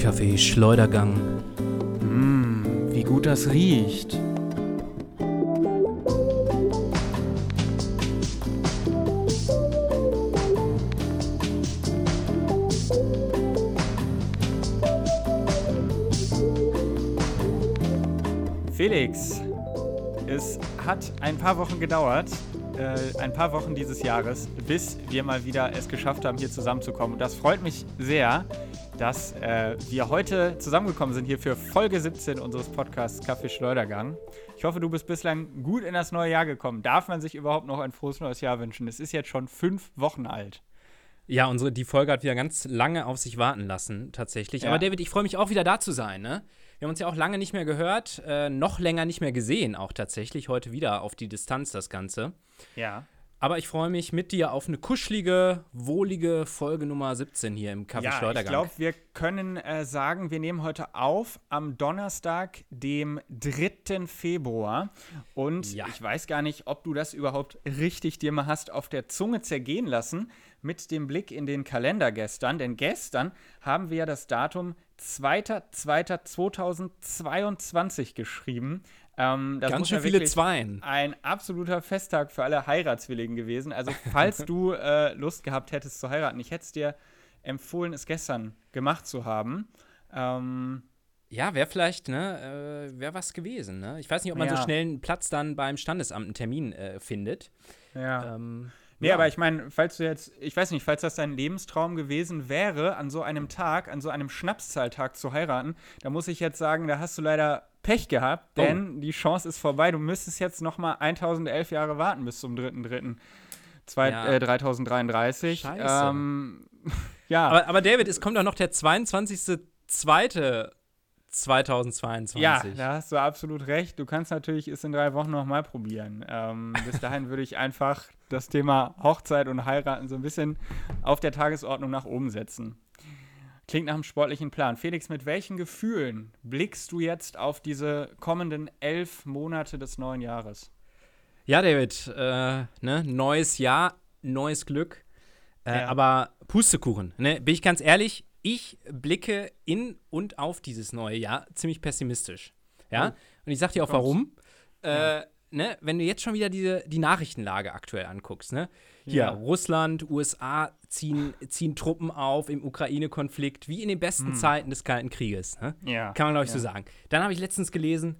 Kaffee-Schleudergang. Wie gut das riecht. Felix, es hat ein paar Wochen gedauert, ein paar Wochen dieses Jahres, bis wir mal wieder es geschafft haben, hier zusammenzukommen. Und das freut mich sehr, dass wir heute zusammengekommen sind hier für Folge 17 unseres Podcasts Kaffee-Schleudergang. Ich hoffe, du bist bislang gut in das neue Jahr gekommen. Darf man sich überhaupt noch ein frohes neues Jahr wünschen? Es ist jetzt schon 5 Wochen alt. Ja, die Folge hat wieder ganz lange auf sich warten lassen, tatsächlich. Ja. Aber David, ich freue mich auch wieder da zu sein, ne? Wir haben uns ja auch lange nicht mehr gehört, noch länger nicht mehr gesehen, auch tatsächlich. Heute wieder auf die Distanz das Ganze. Ja. Aber ich freue mich mit dir auf eine kuschelige, wohlige Folge Nummer 17 hier im Kaffee-Schleudergang. Ja, ich glaube, wir können sagen, wir nehmen heute auf am Donnerstag, dem 3. Februar. Und Ja. Ich weiß gar nicht, ob du das überhaupt richtig dir mal hast auf der Zunge zergehen lassen mit dem Blick in den Kalender gestern. Denn gestern haben wir ja das Datum 2.2.2022 geschrieben. Das Ganz muss schön ja viele wirklich Zweien. ein absoluter Festtag für alle Heiratswilligen gewesen. Also falls du Lust gehabt hättest zu heiraten, ich hätte es dir empfohlen, es gestern gemacht zu haben. Ja, wäre vielleicht, wäre was gewesen, ne? Ich weiß nicht, ob man so Ja. schnell einen Platz dann beim Standesamt einen Termin findet. Ja. Ja. Aber ich meine, falls das dein Lebenstraum gewesen wäre, an so einem Tag, an so einem Schnapszahltag zu heiraten, da muss ich jetzt sagen, da hast du leider Pech gehabt, denn die Chance ist vorbei. Du müsstest jetzt noch mal 1011 Jahre warten bis zum 3.3.3033. Scheiße. Ja. Aber David, es kommt doch noch der 22.02.2022. Ja, da hast du absolut recht. Du kannst natürlich es in 3 Wochen nochmal probieren. Bis dahin würde ich einfach das Thema Hochzeit und Heiraten so ein bisschen auf der Tagesordnung nach oben setzen. Klingt nach einem sportlichen Plan. Felix, mit welchen Gefühlen blickst du jetzt auf diese kommenden 11 Monate des neuen Jahres? Ja, David, neues Jahr, neues Glück. Ja. Aber Pustekuchen, ne? Bin ich ganz ehrlich, ich blicke in und auf dieses neue Jahr ziemlich pessimistisch. Ja, und ich sag dir auch warum. Wenn du jetzt schon wieder die Nachrichtenlage aktuell anguckst, ne? Hier, Ja. Russland, USA ziehen Truppen auf im Ukraine-Konflikt, wie in den besten Zeiten des Kalten Krieges, ne? Ja. Kann man, glaube ich, so sagen. Dann habe ich letztens gelesen,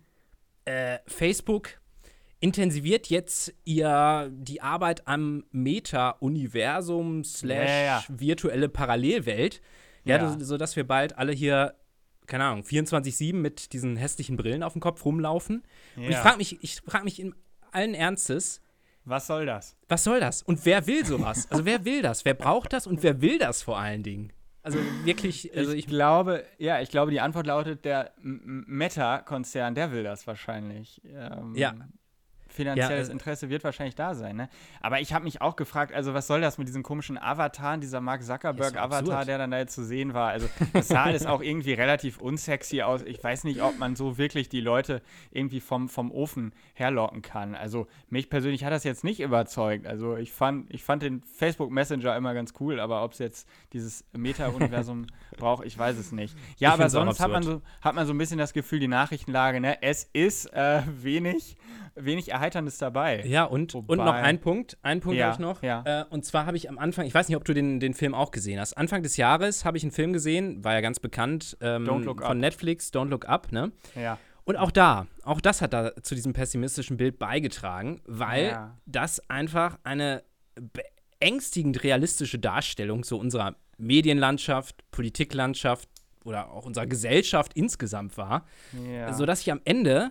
Facebook intensiviert jetzt die Arbeit am Meta-Universum / virtuelle Parallelwelt, sodass wir bald alle hier, keine Ahnung, 24/7 mit diesen hässlichen Brillen auf dem Kopf rumlaufen. Ja. Und ich frage mich in allen Ernstes, Was soll das? was soll das? Und wer will sowas? Also wer will das? Wer braucht das? Und wer will das vor allen Dingen? Also wirklich, Ich glaube, die Antwort lautet, der Meta-Konzern, der will das wahrscheinlich. Ja. Finanzielles Ja, Interesse wird wahrscheinlich da sein, ne? Aber ich habe mich auch gefragt, also was soll das mit diesen komischen Avataren, dieser Mark Zuckerberg-Avatar, absurd. der dann da jetzt zu sehen war? Also das sah alles auch irgendwie relativ unsexy aus. Ich weiß nicht, ob man so wirklich die Leute irgendwie vom Ofen herlocken kann. Also mich persönlich hat das jetzt nicht überzeugt. Also ich fand den Facebook Messenger immer ganz cool, aber ob es jetzt dieses Meta-Universum braucht, ich weiß es nicht. Ja, Ich aber find's auch sonst hat absurd. man so ein bisschen das Gefühl, die Nachrichtenlage, ne? Es ist wenig Erheiterndes dabei. Ja, und noch ein Punkt habe ich noch. Ja. Und zwar habe ich am Anfang, ich weiß nicht, ob du den Film auch gesehen hast, Anfang des Jahres habe ich einen Film gesehen, war ja ganz bekannt, Don't Look Up. von Netflix, Don't Look Up, ne? Ja. Und auch das hat da zu diesem pessimistischen Bild beigetragen, weil das einfach eine beängstigend realistische Darstellung so unserer Medienlandschaft, Politiklandschaft oder auch unserer Gesellschaft insgesamt war, Ja. sodass ich am Ende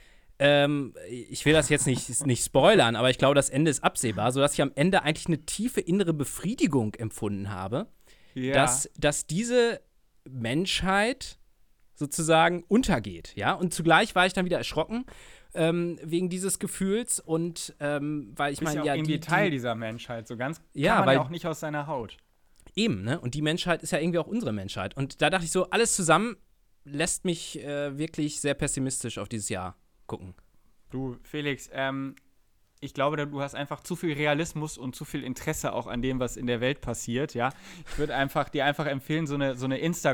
ich will das jetzt nicht spoilern, aber ich glaube, das Ende ist absehbar, sodass ich am Ende eigentlich eine tiefe innere Befriedigung empfunden habe, dass diese Menschheit sozusagen untergeht, ja. Und zugleich war ich dann wieder erschrocken wegen dieses Gefühls und weil ich Du bist meine, ja auch irgendwie Teil dieser Menschheit, so ganz Ja, kann man weil- ja auch nicht aus seiner Haut. eben, ne? Und die Menschheit ist ja irgendwie auch unsere Menschheit. Und da dachte ich so, alles zusammen lässt mich wirklich sehr pessimistisch auf dieses Jahr gucken. Du, Felix, ich glaube, du hast einfach zu viel Realismus und zu viel Interesse auch an dem, was in der Welt passiert, ja. Ich würde dir einfach empfehlen, so eine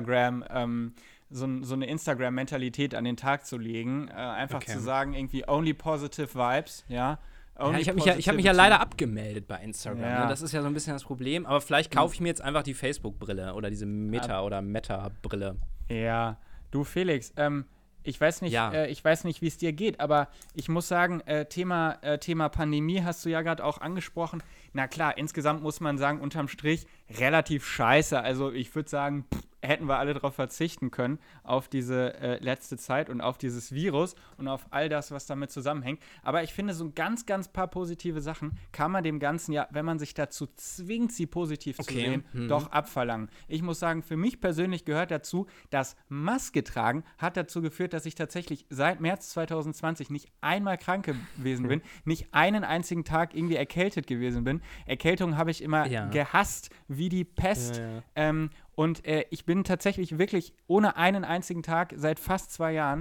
Instagram-Mentalität an den Tag zu legen. Einfach zu sagen, irgendwie only positive vibes, ja. Ich habe mich ja leider abgemeldet bei Instagram. Ja. Ne? Das ist ja so ein bisschen das Problem. Aber vielleicht kaufe ich mir jetzt einfach die Facebook-Brille oder diese Meta-Brille. Ja, du Felix, ich weiß nicht, wie es dir geht, aber ich muss sagen, Thema Pandemie hast du ja gerade auch angesprochen. Na klar, insgesamt muss man sagen, unterm Strich relativ scheiße. Also ich würde sagen, hätten wir alle darauf verzichten können, auf diese letzte Zeit und auf dieses Virus und auf all das, was damit zusammenhängt. Aber ich finde, so ein ganz, ganz paar positive Sachen kann man dem Ganzen ja, wenn man sich dazu zwingt, sie positiv zu sehen, doch abverlangen. Ich muss sagen, für mich persönlich gehört dazu, dass Maske tragen hat dazu geführt, dass ich tatsächlich seit März 2020 nicht einmal krank gewesen bin, nicht einen einzigen Tag irgendwie erkältet gewesen bin. Erkältung habe ich immer gehasst, wie die Pest. Und ich bin tatsächlich wirklich ohne einen einzigen Tag seit fast 2 Jahren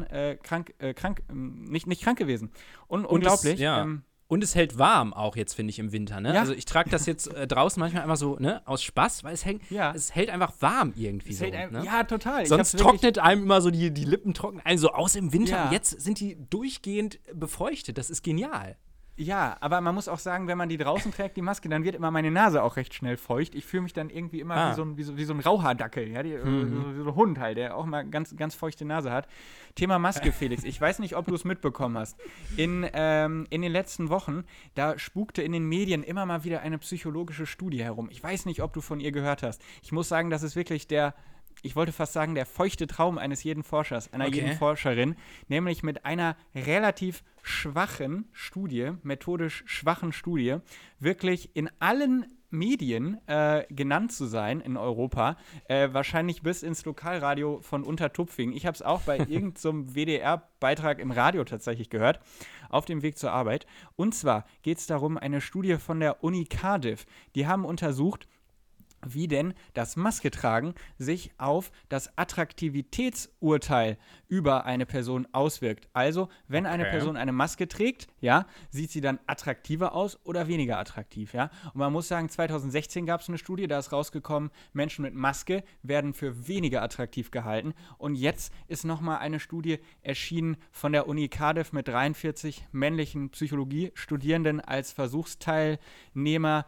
nicht krank gewesen. Unglaublich. Und es hält warm auch jetzt, finde ich, im Winter, ne? Ja. Also ich trage das jetzt draußen manchmal einfach so, ne, aus Spaß, weil es hält einfach warm irgendwie so, ne? Ja, total. Sonst trocknet einem immer so die Lippen trocknen einem so aus im Winter. Ja. Und jetzt sind die durchgehend befeuchtet. Das ist genial. Ja, aber man muss auch sagen, wenn man die draußen trägt, die Maske, dann wird immer meine Nase auch recht schnell feucht. Ich fühle mich dann irgendwie immer wie so ein Rauhaardackel, ja, wie so ein Hund halt, der auch mal ganz, ganz feuchte Nase hat. Thema Maske, Felix. Ich weiß nicht, ob du es mitbekommen hast. In den letzten Wochen, da spukte in den Medien immer mal wieder eine psychologische Studie herum. Ich weiß nicht, ob du von ihr gehört hast. Ich muss sagen, das ist wirklich ich wollte fast sagen, der feuchte Traum eines jeden Forschers, jeden Forscherin, nämlich mit einer relativ schwachen Studie, methodisch schwachen Studie, wirklich in allen Medien genannt zu sein in Europa, wahrscheinlich bis ins Lokalradio von Untertupfing. Ich habe es auch bei irgendeinem WDR-Beitrag im Radio tatsächlich gehört, auf dem Weg zur Arbeit. Und zwar geht es darum, eine Studie von der Uni Cardiff. Die haben untersucht, wie denn das Masketragen sich auf das Attraktivitätsurteil über eine Person auswirkt. Also, wenn eine Person eine Maske trägt, ja, sieht sie dann attraktiver aus oder weniger attraktiv, ja. Und man muss sagen, 2016 gab es eine Studie, da ist rausgekommen, Menschen mit Maske werden für weniger attraktiv gehalten. Und jetzt ist nochmal eine Studie erschienen von der Uni Cardiff mit 43 männlichen Psychologiestudierenden als Versuchsteilnehmer.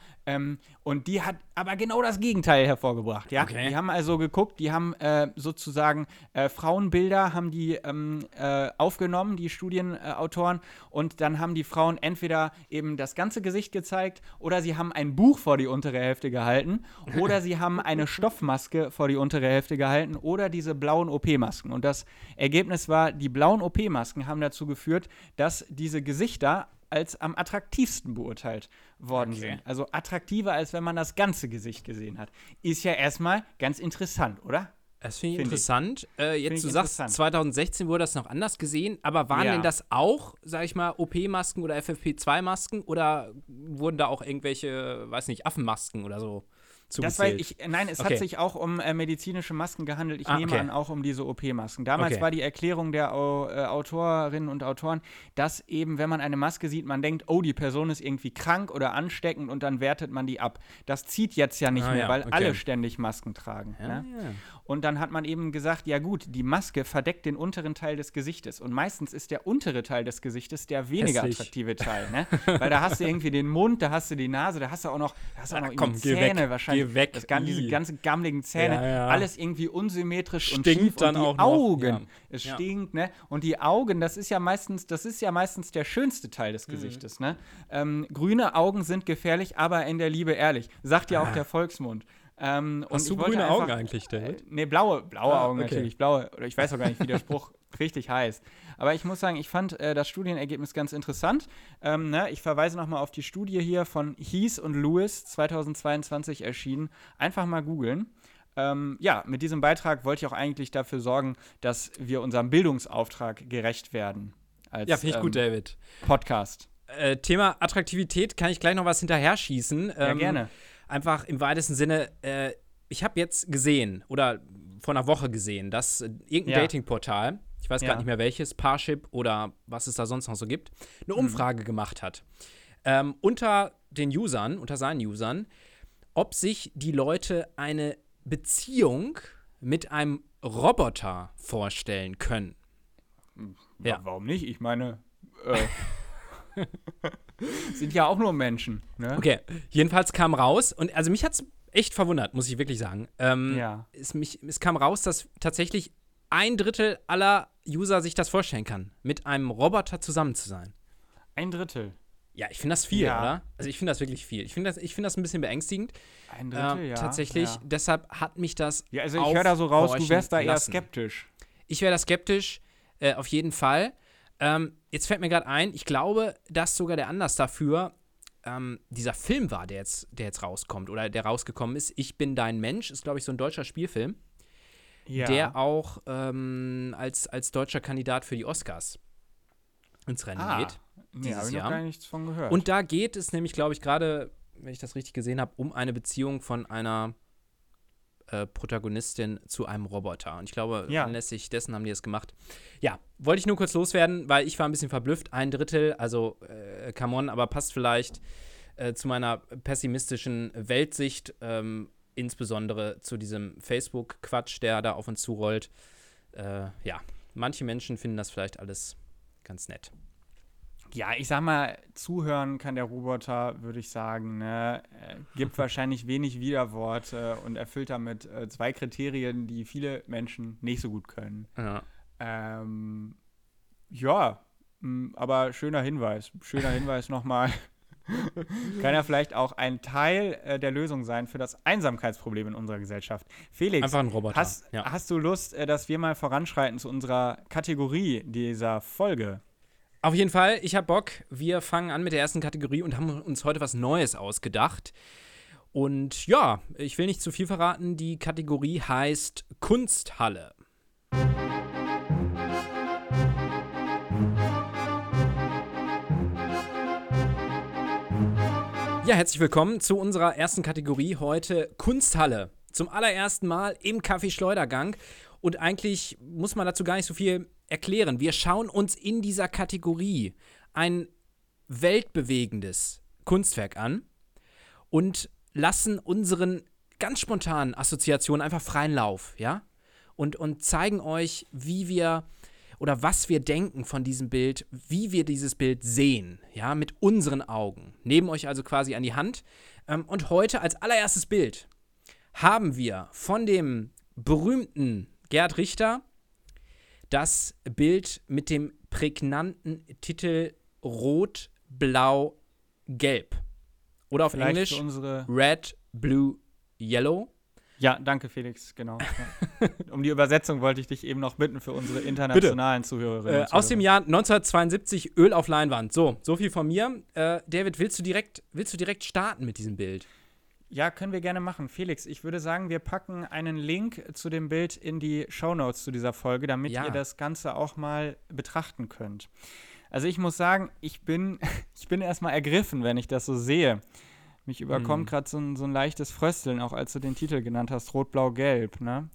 Und die hat aber genau das Gegenteil hervorgebracht, ja. Okay. Die haben also geguckt, die haben sozusagen Frauenbilder haben die aufgenommen, die Studienautoren, und dann haben die Frauen entweder eben das ganze Gesicht gezeigt oder sie haben ein Buch vor die untere Hälfte gehalten oder sie haben eine Stoffmaske vor die untere Hälfte gehalten oder diese blauen OP-Masken. Und das Ergebnis war, die blauen OP-Masken haben dazu geführt, dass diese Gesichter als am attraktivsten beurteilt worden sind. Also attraktiver, als wenn man das ganze Gesicht gesehen hat. Ist ja erstmal ganz interessant, oder? Das finde ich interessant. Jetzt, du sagst, 2016 wurde das noch anders gesehen, aber waren denn das auch, sag ich mal, OP-Masken oder FFP2-Masken oder wurden da auch irgendwelche, weiß nicht, Affenmasken oder so zugezählt? Es hat sich auch um medizinische Masken gehandelt. Ich nehme an, auch um diese OP-Masken. Damals war die Erklärung der Autorinnen und Autoren, dass eben, wenn man eine Maske sieht, man denkt, oh, die Person ist irgendwie krank oder ansteckend und dann wertet man die ab. Das zieht jetzt ja nicht mehr, weil alle ständig Masken tragen. Ja. Und dann hat man eben gesagt, ja gut, die Maske verdeckt den unteren Teil des Gesichtes. Und meistens ist der untere Teil des Gesichtes der weniger attraktive Teil. Ne? Weil da hast du irgendwie den Mund, da hast du die Nase, da hast du auch noch Zähne wahrscheinlich. Geh weg. Diese ganzen gammeligen Zähne, alles irgendwie unsymmetrisch und schief. Dann und die Augen, es stinkt, ne? Und die Augen, das ist ja meistens der schönste Teil des Gesichtes, ne? Grüne Augen sind gefährlich, aber in der Liebe ehrlich. Sagt ja auch der Volksmund. Hast du grüne Augen eigentlich, David? Nee, blaue Augen natürlich. Blaue, oder ich weiß auch gar nicht, wie der Spruch richtig heißt. Aber ich muss sagen, ich fand das Studienergebnis ganz interessant. Ich verweise nochmal auf die Studie hier von Heath und Lewis, 2022 erschienen. Einfach mal googeln. Mit diesem Beitrag wollte ich auch eigentlich dafür sorgen, dass wir unserem Bildungsauftrag gerecht werden. Finde ich gut, David. Podcast. Thema Attraktivität, kann ich gleich noch was hinterher schießen? Ja, gerne. Einfach im weitesten Sinne, ich habe jetzt gesehen, oder vor einer Woche gesehen, dass irgendein Datingportal, ich weiß gerade nicht mehr welches, Parship oder was es da sonst noch so gibt, eine Umfrage gemacht hat. unter seinen Usern, ob sich die Leute eine Beziehung mit einem Roboter vorstellen können. Ja. Warum nicht? Ich meine, sind ja auch nur Menschen. Ne? Okay, jedenfalls kam raus, und also mich hat es echt verwundert, muss ich wirklich sagen. Es kam raus, dass tatsächlich 1/3 aller User sich das vorstellen kann, mit einem Roboter zusammen zu sein. 1/3? Ja, ich finde das viel, oder? Also ich finde das wirklich viel. Ich finde das ein bisschen beängstigend. 1/3, ja. Tatsächlich, deshalb hat mich das Ja, also ich höre da so raus, du wärst da eher skeptisch. Ich wäre da skeptisch, auf jeden Fall. Jetzt fällt mir gerade ein, ich glaube, dass sogar der Anlass dafür dieser Film war, der jetzt rauskommt oder der rausgekommen ist. Ich bin dein Mensch, ist, glaube ich, so ein deutscher Spielfilm, der auch als deutscher Kandidat für die Oscars ins Rennen geht. Nee, habe ich noch gar nichts von gehört. Und da geht es nämlich, glaube ich, gerade, wenn ich das richtig gesehen habe, um eine Beziehung von einer Protagonistin zu einem Roboter. Und ich glaube, anlässlich dessen haben die das gemacht. Ja, wollte ich nur kurz loswerden, weil ich war ein bisschen verblüfft. 1/3, also come on, aber passt vielleicht zu meiner pessimistischen Weltsicht, insbesondere zu diesem Facebook-Quatsch, der da auf uns zurollt. Manche Menschen finden das vielleicht alles ganz nett. Ja, ich sag mal, zuhören kann der Roboter, würde ich sagen, ne? Gibt wahrscheinlich wenig Widerworte und erfüllt damit 2 Kriterien, die viele Menschen nicht so gut können. Ja. Aber schöner Hinweis nochmal. Kann ja vielleicht auch ein Teil der Lösung sein für das Einsamkeitsproblem in unserer Gesellschaft. Felix, einfach ein Roboter. Hast du Lust, dass wir mal voranschreiten zu unserer Kategorie dieser Folge? Auf jeden Fall, ich habe Bock. Wir fangen an mit der ersten Kategorie und haben uns heute was Neues ausgedacht. Und ja, ich will nicht zu viel verraten. Die Kategorie heißt Kunsthalle. Ja, herzlich willkommen zu unserer ersten Kategorie heute, Kunsthalle. Zum allerersten Mal im Café Schleudergang. Und eigentlich muss man dazu gar nicht so viel erklären. Wir schauen uns in dieser Kategorie ein weltbewegendes Kunstwerk an und lassen unseren ganz spontanen Assoziationen einfach freien Lauf, ja? Und zeigen euch, wie wir oder was wir denken von diesem Bild, wie wir dieses Bild sehen, ja, mit unseren Augen. Nehmen euch also quasi an die Hand. Und heute als allererstes Bild haben wir von dem berühmten Gerhard Richter das Bild mit dem prägnanten Titel Rot, Blau, Gelb. Oder auf Vielleicht Englisch Red, Blue, Yellow. Ja, danke Felix, genau. Ja. Um die Übersetzung wollte ich dich eben noch bitten für unsere internationalen Zuhörerinnen und Zuhörer. Aus dem Jahr 1972, Öl auf Leinwand. So viel von mir. David, willst du direkt starten mit diesem Bild? Ja, können wir gerne machen. Felix, ich würde sagen, wir packen einen Link zu dem Bild in die Shownotes zu dieser Folge, damit ihr das Ganze auch mal betrachten könnt. Also ich muss sagen, ich bin erstmal ergriffen, wenn ich das so sehe. Mich überkommt gerade so ein leichtes Frösteln, auch als du den Titel genannt hast, Rot, Blau, Gelb, ne?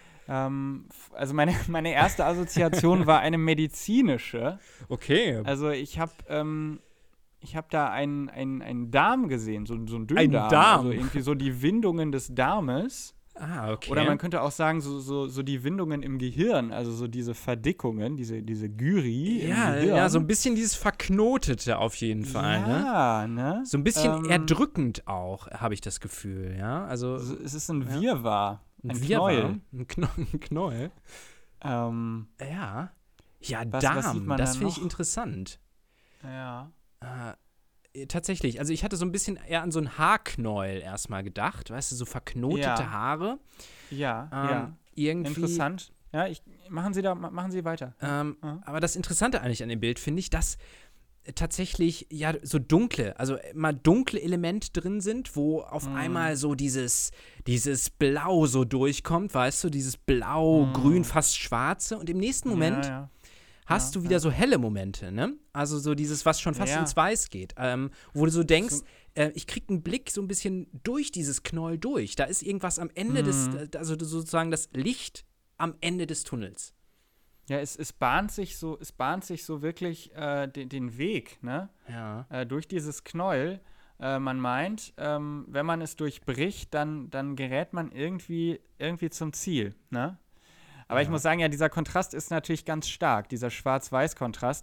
Also meine erste Assoziation war eine medizinische. Okay. Also ich habe da einen Darm gesehen, so einen Dünndarm. Ein Darm? Also irgendwie so die Windungen des Darmes. Ah, okay. Oder man könnte auch sagen, so die Windungen im Gehirn, also so diese Verdickungen, diese Gyri im Gehirn. Ja, so ein bisschen dieses Verknotete auf jeden Fall, ne? So ein bisschen erdrückend auch, habe ich das Gefühl, ja? Also es ist ein Wirrwarr. Ein Knäuel. Ein Knäuel. Ja, Darm, das finde ich interessant. Ja. Tatsächlich, also ich hatte so ein bisschen eher an so ein Haarknäuel erstmal gedacht, weißt du, so verknotete Haare. Ja. Irgendwie. Interessant. Ja, machen Sie weiter. Aber das Interessante eigentlich an dem Bild finde ich, dass tatsächlich ja so dunkle Elemente drin sind, wo auf einmal so dieses Blau so durchkommt, weißt du, dieses Blau, Grün, fast Schwarze, und im nächsten Moment hast du wieder so helle Momente, ne? Also so dieses, was schon fast ins Weiß geht, wo du so denkst, ich krieg einen Blick so ein bisschen durch dieses Knäuel durch. Da ist irgendwas am Ende also sozusagen das Licht am Ende des Tunnels. Ja, es bahnt sich so wirklich den Weg, ne? Ja. Durch dieses Knäuel. Man meint, wenn man es durchbricht, dann gerät man irgendwie zum Ziel, ne? Aber ich muss sagen, ja, dieser Kontrast ist natürlich ganz stark, dieser Schwarz-Weiß-Kontrast.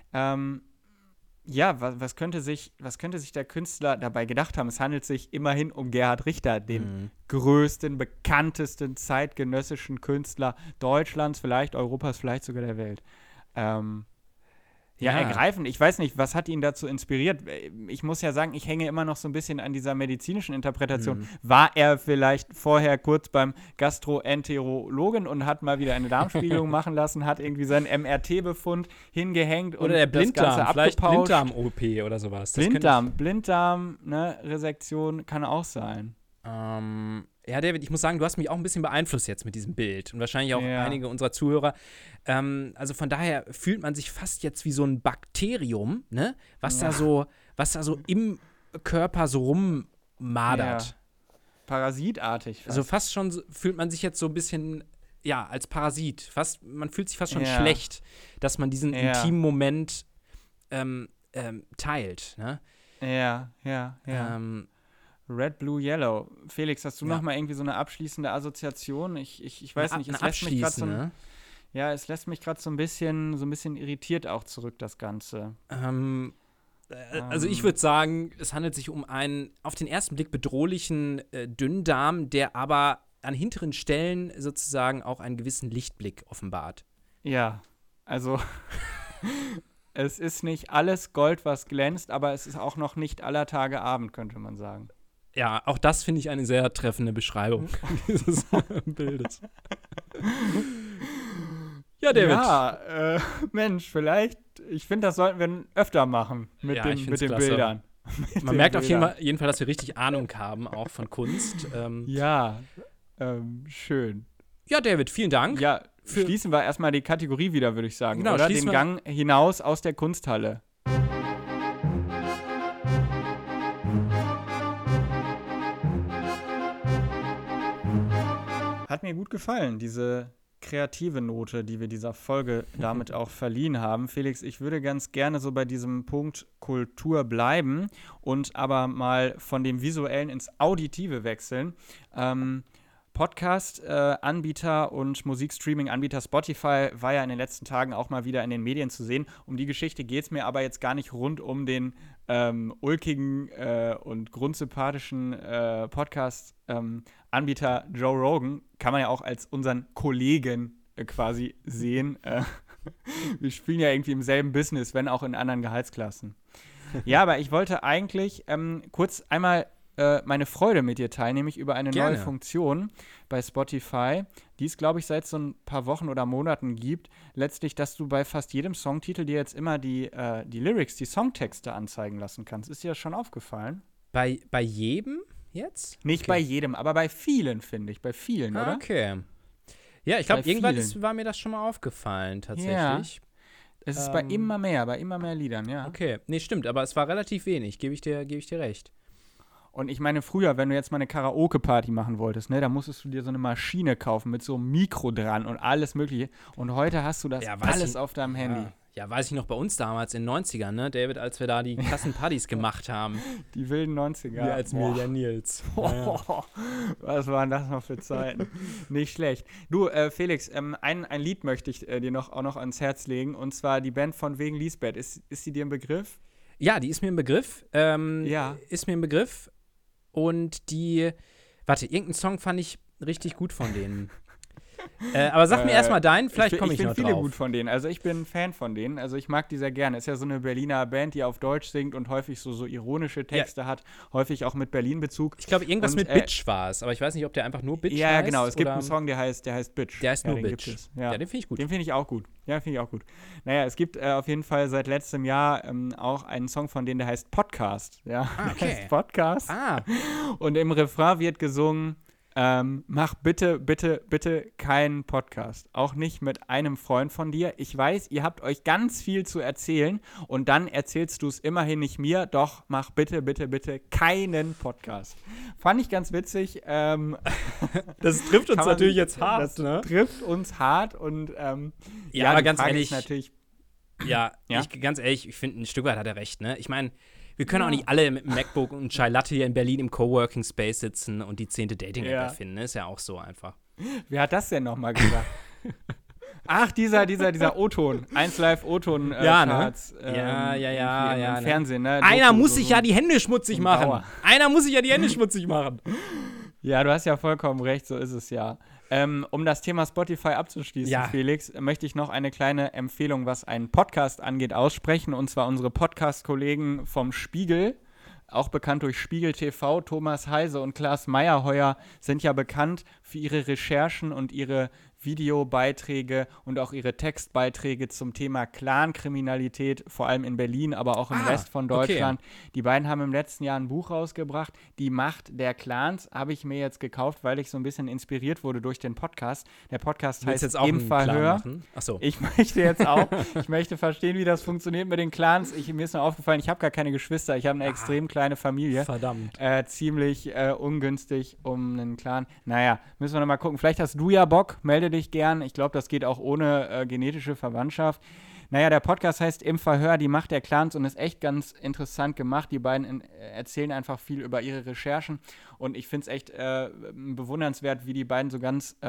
Ja, was könnte sich der Künstler dabei gedacht haben? Es handelt sich immerhin um Gerhard Richter, den größten, bekanntesten zeitgenössischen Künstler Deutschlands, vielleicht Europas, vielleicht sogar der Welt. Ja, ergreifend. Ich weiß nicht, was hat ihn dazu inspiriert? Ich muss ja sagen, ich hänge immer noch so ein bisschen an dieser medizinischen Interpretation. War er vielleicht vorher kurz beim Gastroenterologen und hat mal wieder eine Darmspiegelung machen lassen, hat irgendwie seinen MRT-Befund hingehängt und oder der Blinddarm, das Ganze vielleicht abgepauscht. Blinddarm-OP oder sowas. Das Blinddarm, ne, Resektion kann auch sein. Ja, David, ich muss sagen, du hast mich auch ein bisschen beeinflusst jetzt mit diesem Bild und wahrscheinlich auch einige unserer Zuhörer. Also von daher fühlt man sich fast jetzt wie so ein Bakterium, ne? Was da so im Körper so rummadert. Ja. Parasitartig. Also fast schon fühlt man sich jetzt so ein bisschen, ja, als Parasit. Man fühlt sich fast schon schlecht, dass man diesen intimen Moment teilt, ne? Ja. Red, Blue, Yellow. Felix, hast du noch mal irgendwie so eine abschließende Assoziation? Ich weiß nicht, es lässt mich gerade es lässt mich gerade so ein bisschen irritiert auch zurück, das Ganze. Also ich würde sagen, es handelt sich um einen auf den ersten Blick bedrohlichen Dünndarm, der aber an hinteren Stellen sozusagen auch einen gewissen Lichtblick offenbart. Ja, also es ist nicht alles Gold, was glänzt, aber es ist auch noch nicht aller Tage Abend, könnte man sagen. Ja, auch das finde ich eine sehr treffende Beschreibung dieses Bildes. Ja, David. Ja, Mensch, vielleicht, ich finde, das sollten wir öfter machen mit den Bildern. Man merkt auf jeden Fall, dass wir richtig Ahnung haben, auch von Kunst. Schön. Ja, David, vielen Dank. Ja, schließen wir erstmal die Kategorie wieder, würde ich sagen, genau, oder? Den Gang hinaus aus der Kunsthalle. Hat mir gut gefallen, diese kreative Note, die wir dieser Folge damit auch verliehen haben. Felix, ich würde ganz gerne so bei diesem Punkt Kultur bleiben und aber mal von dem Visuellen ins Auditive wechseln. Podcast-Anbieter und Musikstreaming-Anbieter Spotify war ja in den letzten Tagen auch mal wieder in den Medien zu sehen. Um die Geschichte geht es mir aber jetzt gar nicht rund um den ulkigen und grundsympathischen Podcast-Anbieter Joe Rogan. Kann man ja auch als unseren Kollegen quasi sehen. Wir spielen ja irgendwie im selben Business, wenn auch in anderen Gehaltsklassen. Ja, aber ich wollte eigentlich kurz einmal meine Freude mit dir teilen, nämlich über eine neue Funktion bei Spotify, die es, glaube ich, seit so ein paar Wochen oder Monaten gibt. Letztlich, dass du bei fast jedem Songtitel dir jetzt immer die Lyrics, die Songtexte anzeigen lassen kannst. Ist dir das schon aufgefallen? Bei jedem jetzt? Nicht bei jedem, aber bei vielen, finde ich. Bei vielen, oder? Okay. Ja, ich glaube, irgendwann war mir das schon mal aufgefallen, tatsächlich. Ja. Es ist bei immer mehr Liedern, ja. Okay, nee, stimmt, aber es war relativ wenig, gebe ich dir recht. Und ich meine, früher, wenn du jetzt mal eine Karaoke-Party machen wolltest, ne, da musstest du dir so eine Maschine kaufen mit so einem Mikro dran und alles Mögliche. Und heute hast du das alles auf deinem Handy. Ja, weiß ich noch bei uns damals in den 90ern, ne, David, als wir da die Klassenpartys gemacht haben. Die wilden 90er. Wir als Millennials. Was waren das noch für Zeiten? Nicht schlecht. Du, Felix, ein Lied möchte ich dir auch noch ans Herz legen, und zwar die Band von wegen Lisbeth. Ist die dir ein Begriff? Ja, die ist mir ein Begriff. Ist mir ein Begriff. Und irgendeinen Song fand ich richtig gut von denen. Aber sag mir erstmal deinen, vielleicht komme ich noch drauf. Ich finde viele gut von denen. Also ich bin ein Fan von denen. Also ich mag die sehr gerne. Ist ja so eine Berliner Band, die auf Deutsch singt und häufig so ironische Texte hat. Häufig auch mit Berlin-Bezug. Ich glaube, irgendwas mit Bitch war es. Aber ich weiß nicht, ob der einfach nur Bitch heißt. Ja, genau. Es gibt einen Song, der heißt Bitch. Der heißt nur Bitch. Ja, den finde ich gut. Den finde ich auch gut. Ja, finde ich auch gut. Naja, es gibt auf jeden Fall seit letztem Jahr auch einen Song von denen, der heißt Podcast. Ja, okay. Der heißt Podcast. Ah. Und im Refrain wird gesungen: Mach bitte, bitte, bitte keinen Podcast. Auch nicht mit einem Freund von dir. Ich weiß, ihr habt euch ganz viel zu erzählen und dann erzählst du es immerhin nicht mir. Doch, mach bitte, bitte, bitte keinen Podcast. Fand ich ganz witzig. Das trifft uns natürlich jetzt hart, das ne? Trifft uns hart und ja, aber ganz Frage ehrlich, ist natürlich, ja? Ganz ehrlich, ich finde, ein Stück weit hat er recht, ne? Ich meine, wir können auch nicht alle mit einem MacBook und Chai Latte hier in Berlin im Coworking Space sitzen und die 10. Dating-App erfinden. Ne? Ist ja auch so einfach. Wer hat das denn nochmal gesagt? Ach, dieser O-Ton. 1Live O-Ton. Charts, ja. Im Fernsehen, ne? Einer muss sich ja die Hände schmutzig machen. Ja, du hast ja vollkommen recht, so ist es ja. Um das Thema Spotify abzuschließen, Felix, möchte ich noch eine kleine Empfehlung, was einen Podcast angeht, aussprechen. Und zwar unsere Podcast-Kollegen vom Spiegel, auch bekannt durch Spiegel TV, Thomas Heise und Klaas Meyerheuer, sind ja bekannt für ihre Recherchen und ihre Videobeiträge und auch ihre Textbeiträge zum Thema Clankriminalität, vor allem in Berlin, aber auch im Rest von Deutschland. Okay. Die beiden haben im letzten Jahr ein Buch rausgebracht, Die Macht der Clans, habe ich mir jetzt gekauft, weil ich so ein bisschen inspiriert wurde durch den Podcast. Der Podcast heißt jetzt auch Im Verhör. Achso. Ich möchte verstehen, wie das funktioniert mit den Clans. Mir ist nur aufgefallen, ich habe gar keine Geschwister, ich habe eine extrem kleine Familie. Verdammt. Ziemlich ungünstig um einen Clan. Naja, müssen wir noch mal gucken. Vielleicht hast du ja Bock, melde dich gern. Ich glaube, das geht auch ohne genetische Verwandtschaft. Naja, der Podcast heißt Im Verhör, die Macht der Clans und ist echt ganz interessant gemacht. Die beiden erzählen einfach viel über ihre Recherchen und ich finde es echt bewundernswert, wie die beiden so ganz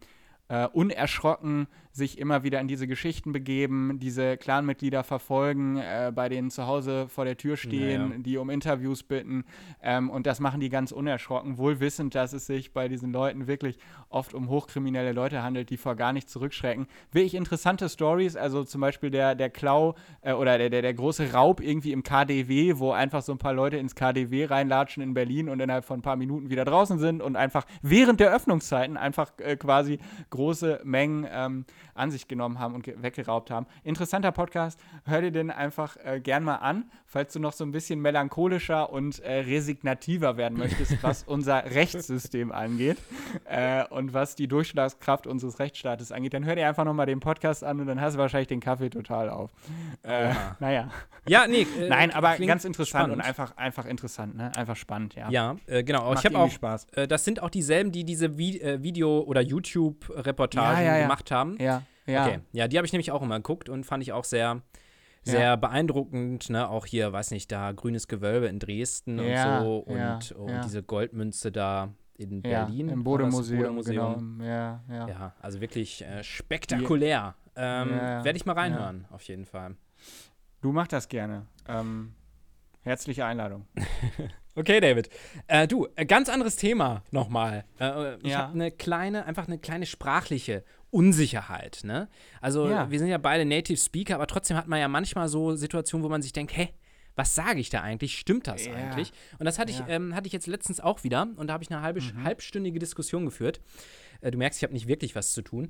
unerschrocken sich immer wieder in diese Geschichten begeben, diese Clanmitglieder verfolgen, bei denen zu Hause vor der Tür stehen, die um Interviews bitten und das machen die ganz unerschrocken, wohl wissend, dass es sich bei diesen Leuten wirklich oft um hochkriminelle Leute handelt, die vor gar nicht zurückschrecken. Wirklich interessante Stories, also zum Beispiel der Klau oder der große Raub irgendwie im KaDeWe, wo einfach so ein paar Leute ins KaDeWe reinlatschen in Berlin und innerhalb von ein paar Minuten wieder draußen sind und einfach während der Öffnungszeiten einfach quasi große Mengen an sich genommen haben und weggeraubt haben. Interessanter Podcast, hör dir den einfach gern mal an, falls du noch so ein bisschen melancholischer und resignativer werden möchtest, was unser Rechtssystem angeht und was die Durchschlagskraft unseres Rechtsstaates angeht, dann hör dir einfach nochmal den Podcast an und dann hast du wahrscheinlich den Kaffee total auf. Naja. Ja, nee. Nein, aber ganz interessant spannend. Und einfach interessant, ne? Einfach spannend, ja. Ja, genau. Macht ich habe auch Spaß. Das sind auch dieselben, die diese Video- oder YouTube-Reportagen gemacht haben. Ja. Okay. Ja, die habe ich nämlich auch immer geguckt und fand ich auch sehr beeindruckend, ne? Auch hier, weiß nicht, da Grünes Gewölbe in Dresden und so und diese Goldmünze da in Berlin. Im Bode-Museum. Genau. Ja. Ja, also wirklich spektakulär. Werde ich mal reinhören, auf jeden Fall. Du machst das gerne. Herzliche Einladung. Okay, David. Ganz anderes Thema nochmal. Ich habe eine kleine sprachliche Unsicherheit, ne? Also wir sind ja beide Native Speaker, aber trotzdem hat man ja manchmal so Situationen, wo man sich denkt, was sage ich da eigentlich? Stimmt das eigentlich? Und das hatte ich jetzt letztens auch wieder und da habe ich eine halbstündige Diskussion geführt. Du merkst, ich habe nicht wirklich was zu tun.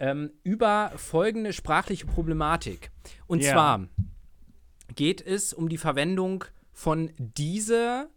Über folgende sprachliche Problematik. Und zwar geht es um die Verwendung von dieser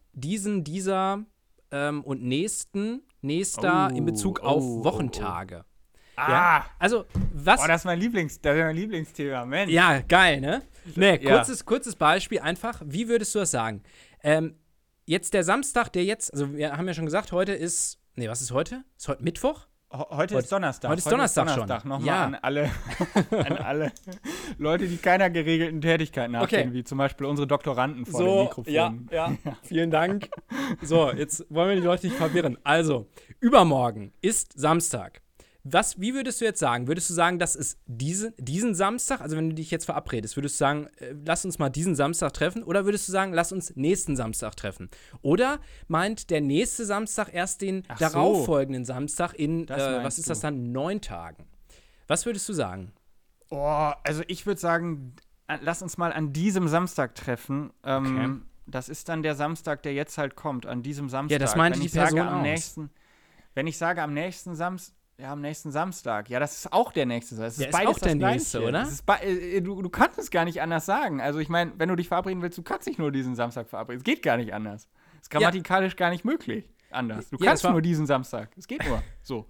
und nächster in Bezug auf Wochentage. Ja? Also, was? Das ist mein Lieblingsthema, Mensch. Ja, geil, ne? Kurzes Beispiel einfach. Wie würdest du das sagen? Jetzt der Samstag, also wir haben ja schon gesagt, heute ist, was ist heute? Ist heute Mittwoch? Heute ist Donnerstag. Heute ist Donnerstag schon. Nochmal an alle Leute, die keiner geregelten Tätigkeit nachgehen, wie zum Beispiel unsere Doktoranden vor dem Mikrofon. Ja. Vielen Dank. So, jetzt wollen wir die Leute nicht verwirren. Also, übermorgen ist Samstag. Wie würdest du jetzt sagen? Würdest du sagen, das ist diesen Samstag, also wenn du dich jetzt verabredest, würdest du sagen, lass uns mal diesen Samstag treffen? Oder würdest du sagen, lass uns nächsten Samstag treffen? Oder meint der nächste Samstag erst den darauffolgenden Samstag in, was ist das dann, 9 Tagen? Was würdest du sagen? Also ich würde sagen, lass uns mal an diesem Samstag treffen. Okay. Das ist dann der Samstag, der jetzt halt kommt, an diesem Samstag. Ja, das meinte die Person Wenn ich sage am nächsten Samstag, am nächsten Samstag. Ja, das ist auch der nächste. Das ist beides auch der nächste, oder? Du kannst es gar nicht anders sagen. Also ich meine, wenn du dich verabreden willst, du kannst dich nur diesen Samstag verabreden. Es geht gar nicht anders. Ist grammatikalisch gar nicht möglich. anders. Du Ja, kannst nur diesen Samstag. Es geht nur so.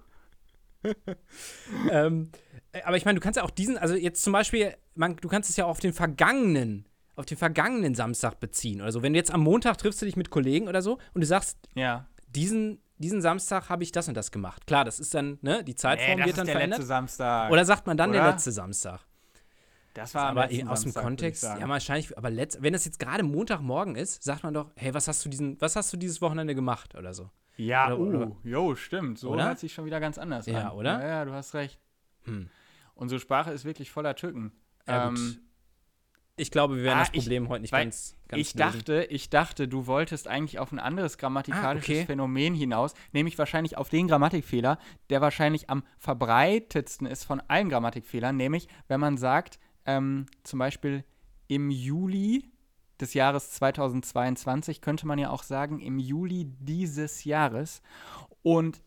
Aber ich meine, du kannst ja auch also jetzt zum Beispiel, du kannst es ja auch auf den vergangenen Samstag beziehen oder so. Wenn du jetzt am Montag triffst du dich mit Kollegen oder so und du sagst, diesen Samstag habe ich das und das gemacht. Klar, das ist dann, ne, die Zeitform wird dann verändert. Das ist der letzte Samstag. Oder sagt man dann der letzte Samstag? Das war aber aus dem Samstag, Kontext, ja, wahrscheinlich, aber wenn das jetzt gerade Montagmorgen ist, sagt man doch, hey, was hast du dieses Wochenende gemacht oder so? Ja, stimmt. So hört sich schon wieder ganz anders an. Ja, oder? Ja, du hast recht. Unsere Sprache ist wirklich voller Tücken. Ja, gut. Ich glaube, wir werden das Problem heute nicht ganz lösen. Ich dachte, du wolltest eigentlich auf ein anderes grammatikalisches Phänomen hinaus, nämlich wahrscheinlich auf den Grammatikfehler, der wahrscheinlich am verbreitetsten ist von allen Grammatikfehlern, nämlich, wenn man sagt, zum Beispiel im Juli des Jahres 2022, könnte man ja auch sagen, im Juli dieses Jahres. Und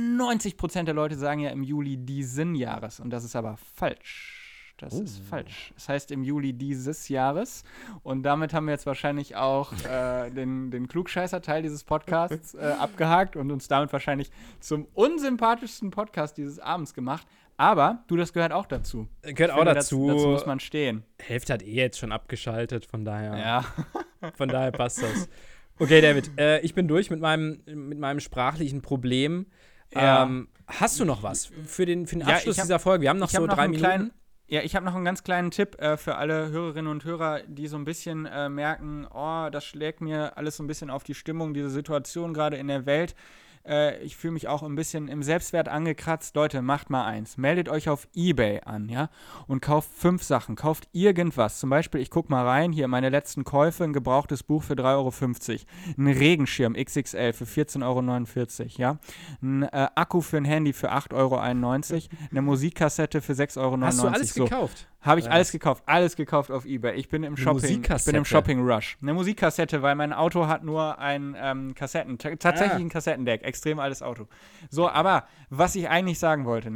90% der Leute sagen ja im Juli diesen Jahres. Und das ist aber falsch. Das ist falsch. Es heißt im Juli dieses Jahres. Und damit haben wir jetzt wahrscheinlich auch den Klugscheißer-Teil dieses Podcasts abgehakt und uns damit wahrscheinlich zum unsympathischsten Podcast dieses Abends gemacht. Aber, das gehört auch dazu. Gehört auch dazu. Dazu muss man stehen. Hälfte hat jetzt schon abgeschaltet, von daher. Ja. Von daher passt das. Okay, David, ich bin durch mit meinem sprachlichen Problem. Ja. Hast du noch was für den Abschluss dieser Folge? Wir haben noch so 3 Minuten. Ich habe noch einen ganz kleinen Tipp für alle Hörerinnen und Hörer, die so ein bisschen merken, das schlägt mir alles so ein bisschen auf die Stimmung, diese Situation gerade in der Welt. Ich fühle mich auch ein bisschen im Selbstwert angekratzt. Leute, macht mal eins. Meldet euch auf eBay an, ja, und kauft 5 Sachen. Kauft irgendwas. Zum Beispiel, ich gucke mal rein, hier meine letzten Käufe, ein gebrauchtes Buch für 3,50 €. Ein Regenschirm XXL für 14,49 €, ja. Ein Akku für ein Handy für 8,91 €. Eine Musikkassette für 6,99 €. Hast du alles gekauft? Habe ich alles gekauft auf eBay. Ich bin im Shopping-Rush. Eine Musikkassette, weil mein Auto hat nur ein tatsächlich ein Kassettendeck. Extrem altes Auto. So, aber was ich eigentlich sagen wollte,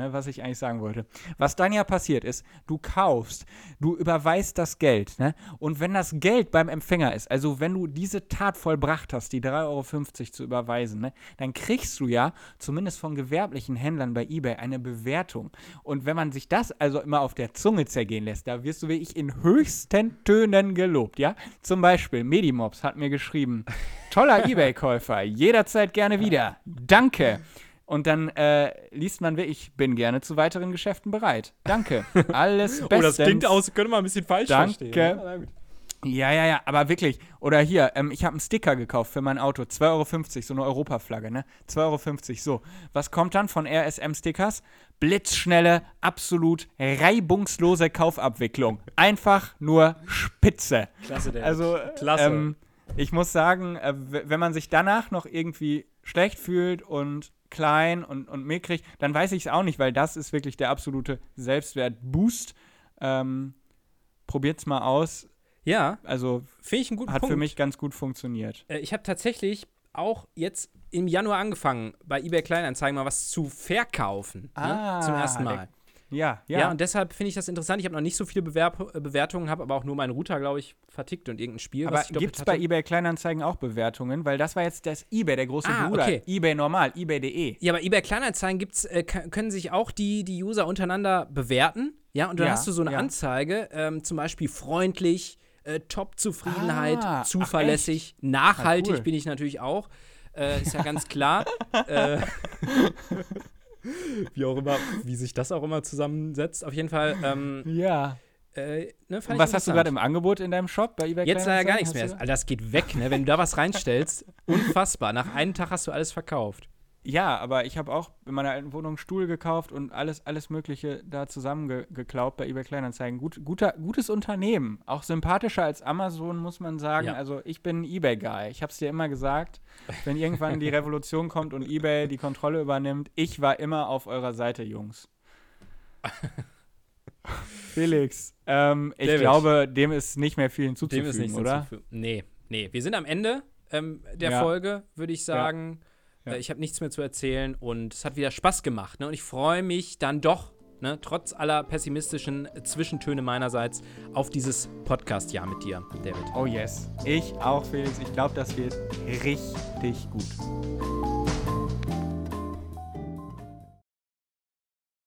was dann ja passiert ist, du überweist das Geld, ne? Und wenn das Geld beim Empfänger ist, also wenn du diese Tat vollbracht hast, die 3,50 € zu überweisen, ne, dann kriegst du ja, zumindest von gewerblichen Händlern bei eBay, eine Bewertung. Und wenn man sich das also immer auf der Zunge zergehen lässt, da wirst du wirklich in höchsten Tönen gelobt, ja? Zum Beispiel, Medimobs hat mir geschrieben, toller eBay-Käufer, jederzeit gerne wieder, danke. Und dann liest man wirklich, bin gerne zu weiteren Geschäften bereit. Danke, alles bestens. Das klingt aus, könnte man ein bisschen falsch verstehen. Danke. Ja, aber wirklich. Oder hier, ich habe einen Sticker gekauft für mein Auto, 2,50 €, so eine Europaflagge, ne? 2,50 €, so. Was kommt dann von RSM-Stickers? Blitzschnelle, absolut reibungslose Kaufabwicklung. Einfach nur spitze. Klasse, David. Also, klasse. Ich muss sagen, wenn man sich danach noch irgendwie schlecht fühlt und klein und mickrig, dann weiß ich es auch nicht, weil das ist wirklich der absolute Selbstwert-Boost. Probiert's mal aus. Ja, also finde ich einen guten hat Punkt. Für mich ganz gut funktioniert. Ich habe tatsächlich auch jetzt im Januar angefangen, bei eBay Kleinanzeigen mal was zu verkaufen. Zum ersten Mal. Ja, und deshalb finde ich das interessant. Ich habe noch nicht so viele Bewertungen, habe aber auch nur meinen Router, glaube ich, vertickt und irgendein Spiel. Aber gibt es bei eBay Kleinanzeigen auch Bewertungen? Weil das war jetzt das eBay, der große Bruder. Okay. eBay normal, ebay.de. Ja, bei eBay Kleinanzeigen können sich auch die User untereinander bewerten. Ja, und dann hast du so eine Anzeige, zum Beispiel freundlich, Top-Zufriedenheit, zuverlässig, nachhaltig cool. Bin ich natürlich auch. Ist ja ganz klar. Wie auch immer, wie sich das auch immer zusammensetzt. Auf jeden Fall. Und was hast du gerade im Angebot in deinem Shop bei eBay? Jetzt leider gar nichts mehr. Alter, das geht weg, ne? Wenn du da was reinstellst, unfassbar. Nach einem Tag hast du alles verkauft. Ja, aber ich habe auch in meiner alten Wohnung einen Stuhl gekauft und alles Mögliche da zusammengeklaubt bei eBay Kleinanzeigen. Gutes Unternehmen. Auch sympathischer als Amazon, muss man sagen. Ja. Also ich bin ein eBay-Guy. Ich habe es dir immer gesagt, wenn irgendwann die Revolution kommt und eBay die Kontrolle übernimmt, ich war immer auf eurer Seite, Jungs. Felix, ich glaube, dem ist nicht mehr viel hinzuzufügen, dem ist nichts oder? Nee. Wir sind am Ende der Folge, würde ich sagen. Ja. Ich habe nichts mehr zu erzählen und es hat wieder Spaß gemacht. Ne? Und ich freue mich dann doch, ne, trotz aller pessimistischen Zwischentöne meinerseits, auf dieses Podcast-Jahr mit dir, David. Oh yes. Ich auch, Felix. Ich glaube, das wird richtig gut.